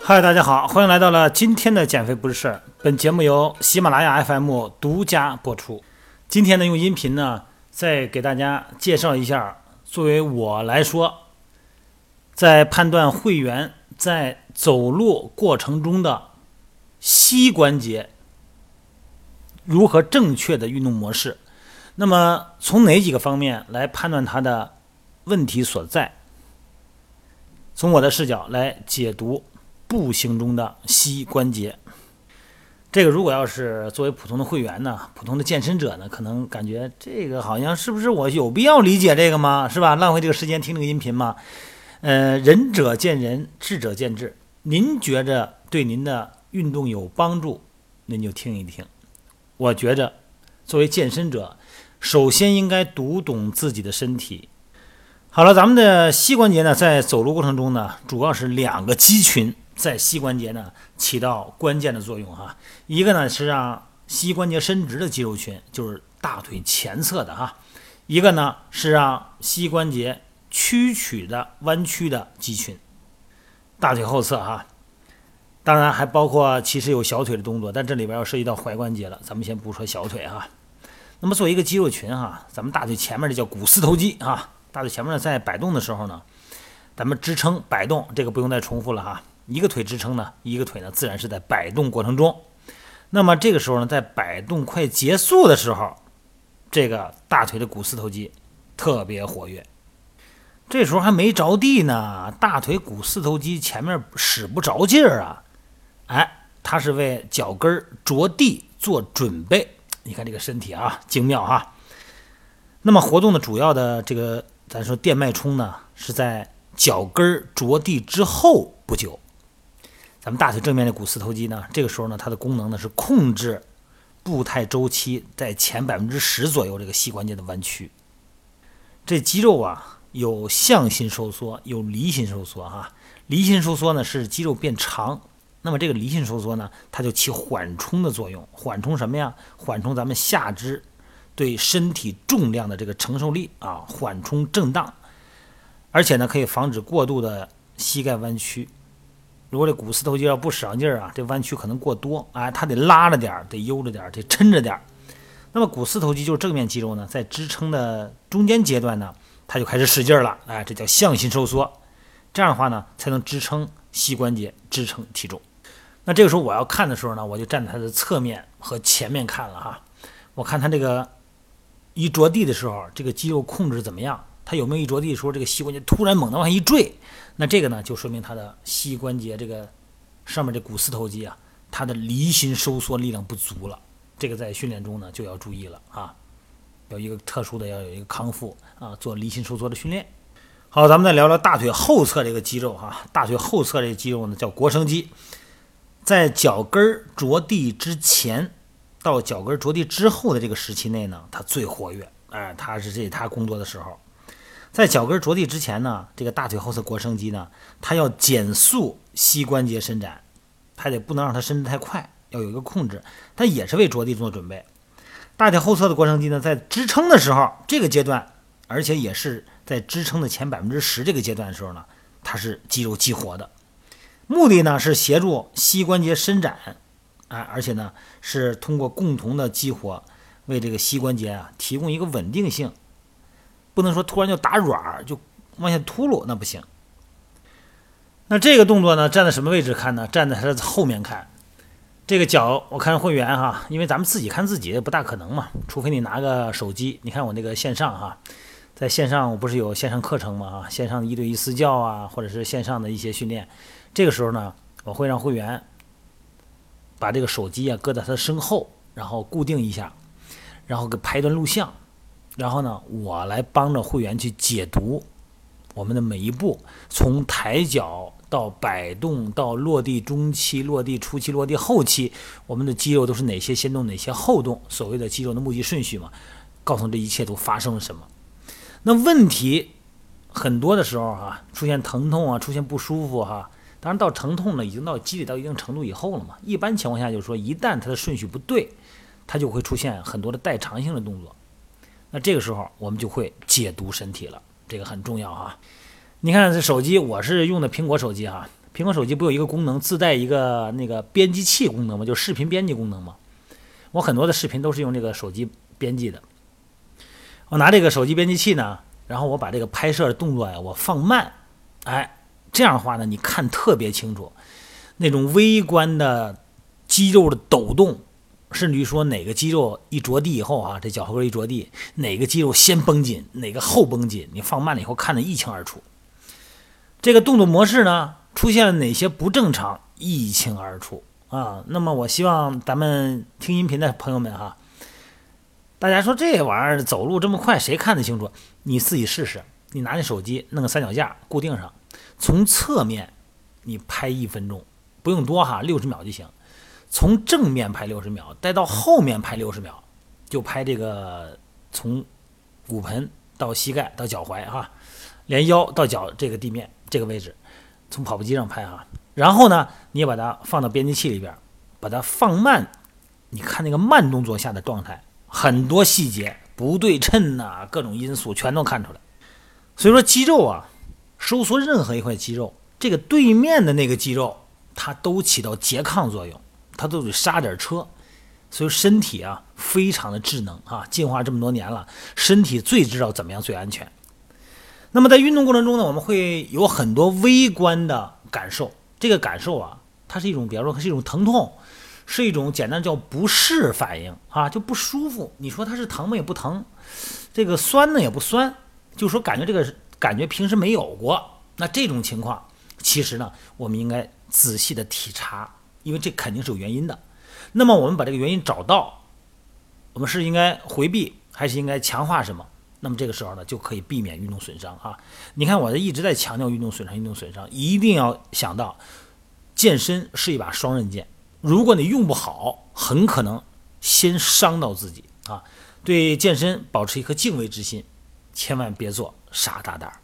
嗨，大家好，欢迎来到了今天的减肥不是事儿。本节目由喜马拉雅 FM 独家播出。今天呢，用音频呢，再给大家介绍一下，作为我来说，在判断会员在走路过程中的膝关节如何正确的运动模式。那么从哪几个方面来判断它的问题所在？从我的视角来解读步行中的膝关节。这个如果要是作为普通的会员呢，普通的健身者呢，可能感觉这个好像是不是我有必要理解这个吗？是吧？浪费这个时间听这个音频吗？仁者见仁，智者见智。您觉着对您的运动有帮助，您就听一听。我觉着作为健身者，首先应该读懂自己的身体。好了，咱们的膝关节呢，在走路过程中呢，主要是两个肌群在膝关节呢起到关键的作用哈。一个呢是让膝关节伸直的肌肉群，就是大腿前侧的哈；一个呢是让膝关节屈曲的弯曲的肌群，大腿后侧哈。当然还包括其实有小腿的动作，但这里边要涉及到踝关节了，咱们先不说小腿哈。那么作为一个肌肉群哈，咱们大腿前面的叫股四头肌哈。大腿前面呢，在摆动的时候呢，咱们支撑摆动，这个不用再重复了哈。一个腿支撑呢，一个腿呢自然是在摆动过程中。那么这个时候呢，在摆动快结束的时候，这个大腿的股四头肌特别活跃。这时候还没着地呢，大腿股四头肌前面使不着劲儿啊，它是为脚跟着地做准备。你看这个身体啊，精妙哈。那么活动的主要的这个咱说电脉冲呢，是在脚跟着地之后不久。咱们大腿正面的股四头肌呢，这个时候呢，它的功能呢是控制步态周期在前10%左右这个膝关节的弯曲。这肌肉啊，有向心收缩，有离心收缩哈。离心收缩呢是肌肉变长，那么这个离心收缩呢，它就起缓冲的作用。缓冲什么呀？缓冲咱们下肢对身体重量的这个承受力啊，缓冲震荡，而且呢可以防止过度的膝盖弯曲。如果这股四头肌要不使上劲儿啊，这弯曲可能过多，它得拉着点，得悠着点，得抻着点。那么股四头肌就是正面肌肉呢，在支撑的中间阶段呢，它就开始使劲了，这叫向心收缩。这样的话呢，才能支撑膝关节，支撑体重。那这个时候我要看的时候呢，我就站在它的侧面和前面看了哈。我看它这个一着地的时候，这个肌肉控制怎么样？它有没有一着地的时候，这个膝关节突然猛地往下一坠？那这个呢，就说明它的膝关节这个上面这股四头肌啊，它的离心收缩力量不足了。这个在训练中呢就要注意了啊，有一个特殊的要有一个康复啊，做离心收缩的训练。好，咱们再聊聊大腿后侧这个肌肉哈。大腿后侧这个肌肉呢叫腘绳肌，在脚跟着地之前到脚跟着地之后的这个时期内呢，它最活跃，它工作的时候。在脚跟着地之前呢，这个大腿后侧腘绳肌呢，它要减速膝关节伸展，它不能让它伸得太快，要有一个控制，它也是为着地做准备。大腿后侧的腘绳肌呢，在支撑的时候，这个阶段，而且也是在支撑的前10%这个阶段的时候呢，它是肌肉激活的，目的呢是协助膝关节伸展，而且呢是通过共同的激活，为这个膝关节啊提供一个稳定性，不能说突然就打软就往下秃噜，那不行。那这个动作呢，站在什么位置看呢？站在它的后面看。这个脚我看会员哈，因为咱们自己看自己不大可能嘛，除非你拿个手机。你看我那个线上哈，在线上我不是有线上课程嘛1对1私教啊，或者是线上的一些训练。这个时候呢，我会让会员把这个手机啊搁在他的身后，然后固定一下，然后给拍一段录像，然后呢，我来帮着会员去解读我们的每一步，从抬脚到摆动到落地中期、落地初期、落地后期，我们的肌肉都是哪些先动哪些后动，所谓的肌肉的目的顺序嘛，告诉这一切都发生了什么。那问题很多的时候出现疼痛啊，出现不舒服当然到疼痛呢，已经到积累到一定程度以后了嘛。一般情况下就是说，一旦它的顺序不对，它就会出现很多的代偿性的动作。那这个时候我们就会解读身体了，这个很重要哈。你看这手机，我是用的苹果手机苹果手机不有一个功能自带一个那个编辑器功能吗？就是视频编辑功能吗？我很多的视频都是用这个手机编辑的。我拿这个手机编辑器呢，然后我把这个拍摄的动作呀，我放慢，这样的话呢，你看特别清楚，那种微观的肌肉的抖动，甚至于说哪个肌肉一着地以后这脚后跟一着地，哪个肌肉先绷紧，哪个后绷紧，你放慢了以后看得一清二楚。这个动作模式呢，出现了哪些不正常，一清二楚那么我希望咱们听音频的朋友们大家说这玩意儿走路这么快，谁看得清楚？你自己试试，你拿那手机弄个三脚架固定上，从侧面你拍1分钟，不用多60秒就行。从正面拍60秒，再到后面拍60秒，就拍这个从骨盆到膝盖到脚踝连腰到脚这个地面这个位置，从跑步机上拍然后呢，你也把它放到编辑器里边，把它放慢，你看那个慢动作下的状态，很多细节不对称各种因素全都看出来。所以说肌肉收缩任何一块肌肉，这个对面的那个肌肉它都起到拮抗作用，它都得刹点车。所以身体非常的智能进化这么多年了，身体最知道怎么样最安全。那么在运动过程中呢，我们会有很多微观的感受，这个感受它是一种，比方说是一种疼痛，是一种简单叫不适反应就不舒服。你说它是疼吗？也不疼，这个酸呢也不酸，就说感觉这个感觉平时没有过。那这种情况其实呢，我们应该仔细的体察，因为这肯定是有原因的。那么我们把这个原因找到，我们是应该回避还是应该强化什么？那么这个时候呢，就可以避免运动损伤你看我一直在强调运动损伤，运动损伤一定要想到，健身是一把双刃剑，如果你用不好，很可能先伤到自己对健身保持一颗敬畏之心，千万别做傻大胆。